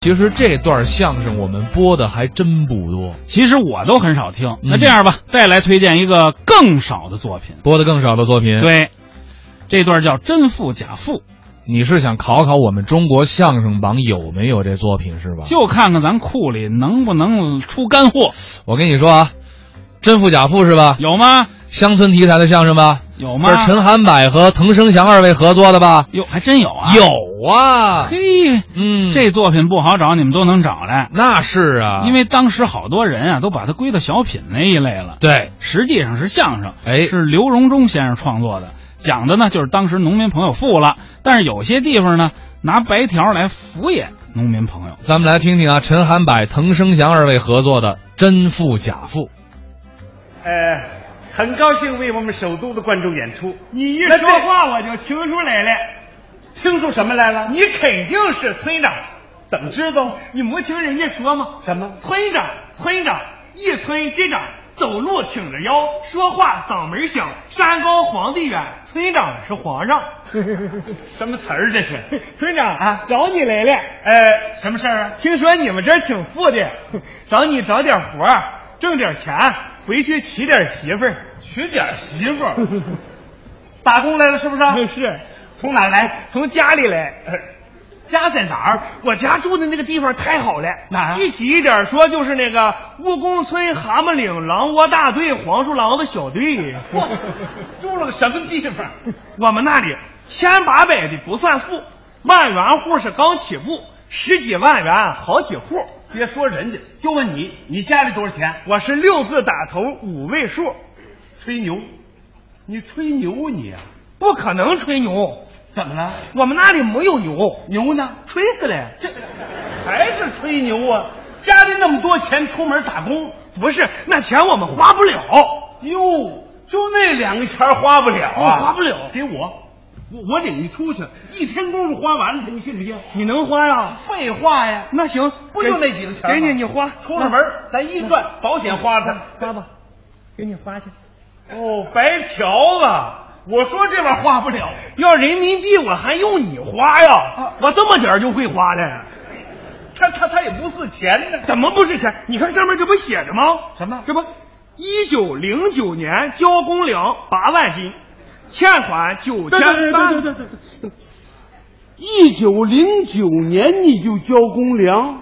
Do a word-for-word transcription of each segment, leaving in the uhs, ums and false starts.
其实这段相声我们播的还真不多， 其实我都很少听。 嗯、 那这样吧，再来推荐一个更少的作品， 播的更少的作品。 对，这段叫《真富假富》。 你是想考考我们中国相声榜有没有这作品是吧？ 就看看咱库里能不能出干货。 我跟你说啊，真富假富是吧？ 有吗？ 乡村题材的相声吧？ 有吗？ 这是陈涵柏和滕生祥二位合作的吧？ 哟，还真有啊！ 有啊！ 嘿， 嗯， 这作品不好找，你们都能找来。 那是啊， 因为当时好多人啊，都把它归到小品那一类了。 对， 实际上是相声， 哎， 是刘荣忠先生创作的，讲的呢就是当时农民朋友富了，但是有些地方呢拿白条来敷衍农民朋友。 咱们来听听啊，陈涵柏、滕生祥二位合作的《真富假富》。 呃，很高兴为我们首都的观众演出。 你一说话我就听出来了。 听出什么来了？ 你肯定是村长。 怎么知道？ 你没听人家说吗？ 什么？ 村长，村长，一村之长，走路挺着腰，说话嗓门响，山高皇帝远，村长是皇上。 什么词儿这是？ 村长啊， 找你来了。 呃，什么事儿啊？ 听说你们这儿挺富的，找你找点活儿，挣点钱，回去娶点媳妇儿。 娶点媳妇儿？打工来了是不是？ 是。 从哪儿来？ 从家里来。 呃，家在哪儿？ 我家住的那个地方太好了。 哪儿？ 具体一点说，就是那个蜈蚣村蛤蟆岭狼窝大队黄鼠狼的小队。 住了个什么地方？ 我们那里千八百的不算富，万元户是刚起步，十几万元好几户。 别说人家，就问你，你家里多少钱？ 我是六字打头五位数。 吹牛？你吹牛你啊？ 不可能吹牛。 怎么了？ 我们那里没有牛。 牛呢？ 吹死了。 这还是吹牛啊？家里那么多钱，出门打工？ 不是，那钱我们花不了。 哟，就那两个钱花不了啊？ 花不了。 给我，我我领你出去，一天功夫花完了，你信不信？ 你能花呀？ 废话呀！ 那行， 不就那几个钱吗？ 给你，你花。 出了门，咱一赚，保险花了， 花吧，给你花去。 哦，白嫖啊！我说这玩意儿花不了， 要人民币我还用你花呀？ 啊、 我这么点就会花了。 他他他也不是钱呢。 怎么不是钱？你看上面这不写着吗？ 什么？ 这不，一九零九年交公粮八万斤，欠款九千八。 对对对对对。一九零九年你就交公粮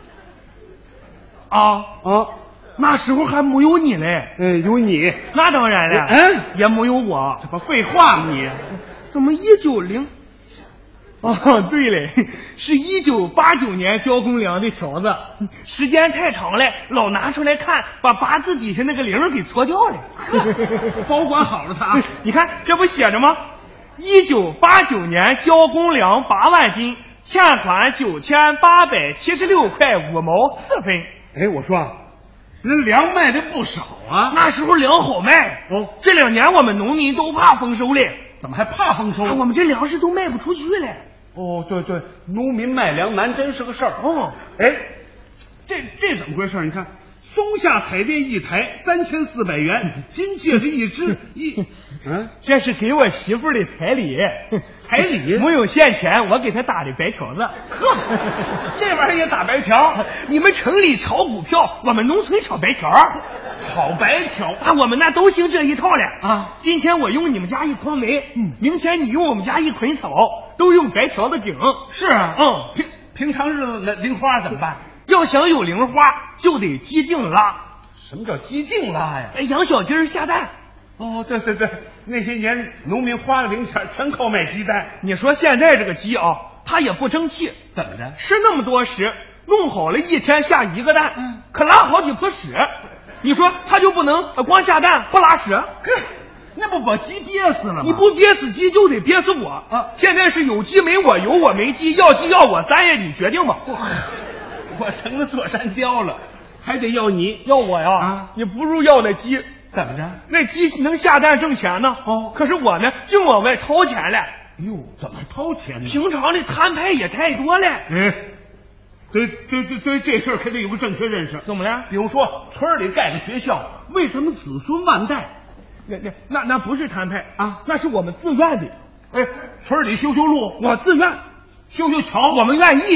啊啊！ 那时候还没有你嘞。 哎，有你， 那当然了。 嗯， 也没有我。 这不废话吗你？ 怎么一九零？哦，对嘞，是一九八九年交公粮的条子，时间太长了，老拿出来看，把八字底下那个零给搓掉了。 保管好了它。 你看这不写着吗？一九八九年交公粮八万斤，欠款九千八百七十六块五毛四分。 哎，我说啊。人粮卖的不少啊， 那时候粮好卖哦。 这两年我们农民都怕丰收了。 怎么还怕丰收？ 啊、我们这粮食都卖不出去了。 哦，对对，农民卖粮难，真是个事儿。 哦， 哎，这这怎么回事？你看，松下彩电一台三千四百元，金戒指一只一， 嗯，这是给我媳妇的彩礼。 彩礼没有现钱，我给她打的白条子。 呵，这玩意儿也打白条？ 你们城里炒股票，我们农村炒白条。 炒白条啊，我们那都兴这一套了啊！ 今天我用你们家一筐煤，嗯，明天你用我们家一捆草，都用白条子顶。 是啊， 嗯， 平平常日子那零花怎么办？ 要想有零花，就得鸡定拉。 什么叫鸡定拉呀？ 哎，养小鸡儿下蛋。 哦，对对对，那些年农民花的零钱全靠卖鸡蛋。 你说现在这个鸡啊，它也不争气， 怎么着？ 吃那么多食，弄好了一天下一个蛋， 嗯， 可拉好几坨屎。你说它就不能光下蛋不拉屎？ 那不把鸡憋死了吗？ 你不憋死鸡就得憋死我啊！ 现在是有鸡没我，有我没鸡，要鸡要我，咱也你决定吧。 我成了座山雕了，还得要你要我呀？ 啊！ 你不如要那鸡。 怎么着？ 那鸡能下蛋挣钱呢？ 哦， 可是我呢，净往外掏钱了。 哟，怎么掏钱呢？ 平常的摊派也太多了。 嗯。对对对对，这事儿可得有个正确认识。 怎么了？ 比如说，村里盖个学校，为什么子孙万代？ 那那那那不是摊派啊， 那是我们自愿的。 哎，村里修修路， 我自愿； 修修桥， 我们愿意的。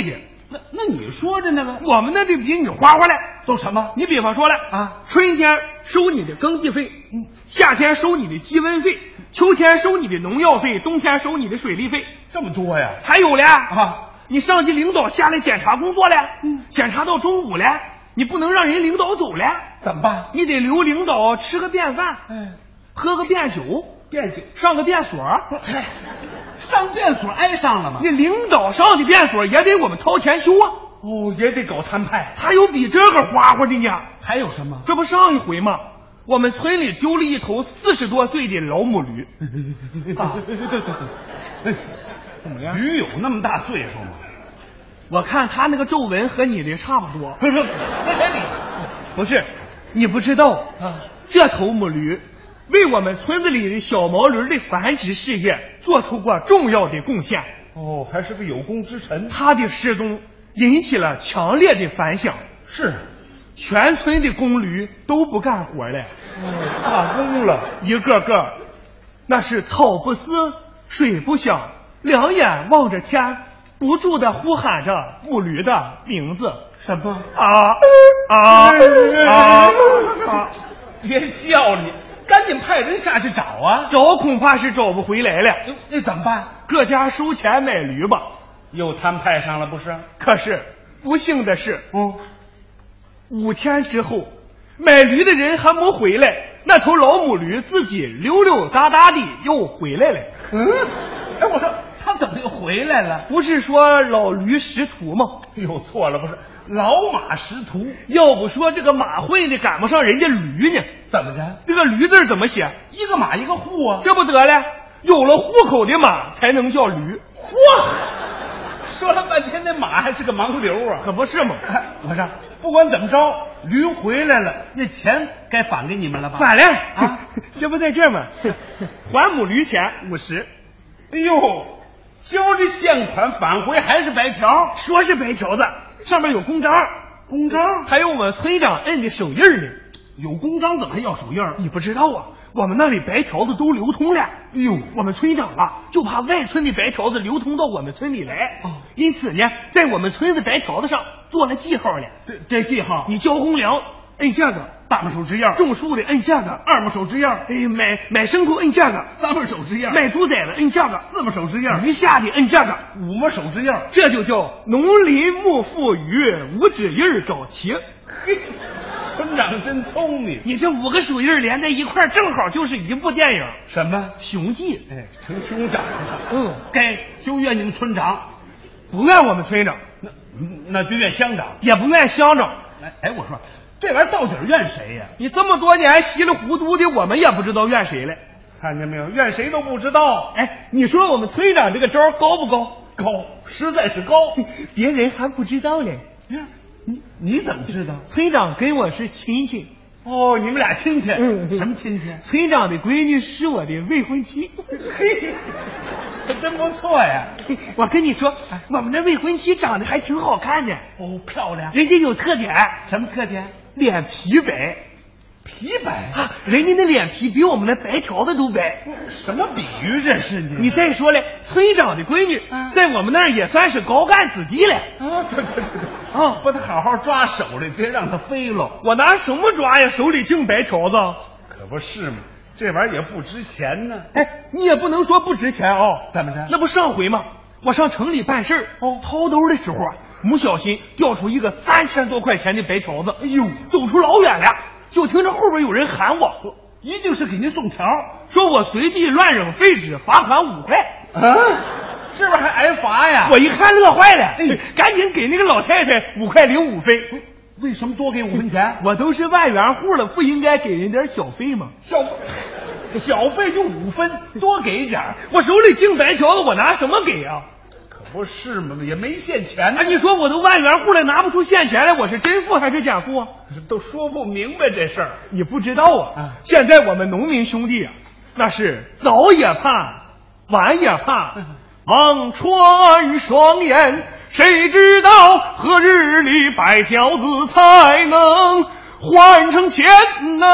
那那你说的那个， 我们那得比你花花来。 都什么？ 你比方说了啊， 春天收你的耕地费，夏天收你的鸡瘟费，秋天收你的农药费，冬天收你的水利费， 这么多呀？ 还有嘞啊， 你上级领导下来检查工作了，嗯，检查到中午了，你不能让人领导走了， 怎么办？ 你得留领导吃个便饭， 哎， 喝个便酒， 便酒， 上个便所。 嗨，上便所挨上了吗？ 你领导上的便所也得我们掏钱修啊。 哦，也得搞摊派。 还有比这个花花的呢？ 还有什么？ 这不上一回吗？我们村里丢了一头四十多岁的老母驴。 啊，对对对对，怎么样？驴有那么大岁数吗？ 我看他那个皱纹和你的差不多。 不是，不是你， 不是，你不知道啊， 这头母驴为我们村子里的小毛驴的繁殖事业做出过重要的贡献。 哦，还是个有功之臣。 他的失踪引起了强烈的反响， 是， 全村的公驴都不干活了， 哦，罢工了， 一个个那是草不思，水不想，两眼望着天，不住的呼喊着母驴的名字。 什么？ 啊啊啊！ 别叫你，赶紧派人下去找啊！ 找恐怕是找不回来了。 那怎么办？ 各家收钱买驴吧。 又摊派上了不是？ 可是不幸的是， 嗯， 五天之后，买驴的人还没回来，那头老母驴自己溜溜达达的又回来了。 嗯，哎，我说他怎么又回来了？ 不是说老驴识途吗？ 又错了，不是老马识途。 要不说这个马混的赶不上人家驴呢？ 怎么着？ 这个驴字怎么写？ 一个马一个户啊， 这不得了，有了户口的马才能叫驴。 嚯！说了半天，那马还是个盲流啊！ 可不是吗？ 我说，不管怎么着，驴回来了，那钱该返给你们了吧？ 返了啊， 这不在这儿吗？还母驴钱五十。 哎呦，交的现款返回还是白条？ 说是白条子，上面有公章， 公章还有我们村长摁的手印呢。 有公章怎么还要手印？ 你不知道啊？我们那里白条子都流通了。 哎呦， 我们村长啊，就怕外村的白条子流通到我们村里来， 哦， 因此呢，在我们村子白条子上做了记号了。 这这记号， 你交公粮摁这个， 大拇手指印； 种树的摁这个， 二拇手指印； 哎，买买牲口摁这个， 三拇手指印； 卖猪崽子摁这个， 四拇手指印； 鱼下的摁这个， 五拇手指印。 这就叫农林牧副渔五指印找齐。 嘿，村长真聪明， 你这五个手印连在一块儿，正好就是一部电影。 什么？ 雄记。 哎，成兄长。 嗯， 该就怨你们村长， 不怨我们村长， 那那就怨乡长， 也不怨乡长。 哎哎，我说这玩意儿到底怨谁呀？ 你这么多年稀里糊涂的，我们也不知道怨谁了。 看见没有？怨谁都不知道。 哎，你说我们村长这个招高不高？ 高，实在是高， 别人还不知道嘞。 呀，你你怎么知道？ 村长跟我是亲戚。 哦，你们俩亲戚？ 嗯， 什么亲戚？ 村长的闺女是我的未婚妻。 嘿，真不错呀！ 我跟你说，我们的未婚妻长得还挺好看的。 哦，漂亮。 人家有特点。 什么特点？ 脸皮白。 皮白啊，人家那脸皮比我们的白条子都白。 什么比喻这是你？ 你再说了，村长的闺女、啊、在我们那儿也算是高干子弟了。 啊，对对对对， 啊， 把他好好抓手里，别让他飞了。 我拿什么抓呀？手里净白条子。 可不是嘛，这玩意儿也不值钱呢。 哎，你也不能说不值钱啊、哦。 怎么着？ 那不上回吗？我上城里办事儿，哦，掏兜的时候，不小心掉出一个三千多块钱的白条子。 哎呦， 走出老远了。就听着后边有人喊我， 一定是给您送条， 说我随地乱扔废纸，罚款五块。 啊，这边还挨罚呀！ 我一看乐坏了，哎，赶紧给那个老太太五块零五分。 为什么多给五分钱？ 我都是万元户了，不应该给人点小费吗？ 小费，小费就五分，多给点。 我手里净白条子，我拿什么给啊？ 不是嘛，也没现钱啊！你说我都万元户了，拿不出现钱来，我是真富还是假富啊？ 都说不明白这事儿。 你不知道啊！啊现在我们农民兄弟啊，那是早也盼，晚也盼，望穿双眼，谁知道何日里白条子才能换成钱呢？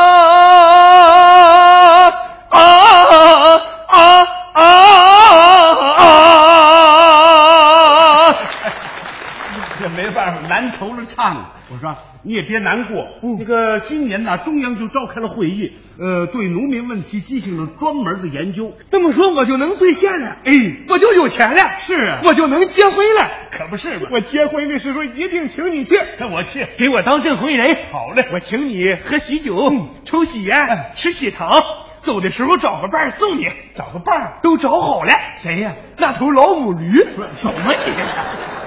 啊啊啊啊！ 难酬了唱了。我说你也别难过，嗯、那个今年呢，中央就召开了会议，呃，对农民问题进行了专门的研究。 这么说我就能兑现了， 哎， 我就有钱了。 是啊， 我就能结婚了。 可不是嘛！ 我结婚的时候一定请你去， 跟我去， 给我当证婚人。 好嘞， 我请你喝喜酒，嗯、抽喜烟，嗯、吃喜糖。走的时候找个伴儿送你， 找个伴儿都找好了。 谁呀？ 那头老母驴。 怎么你？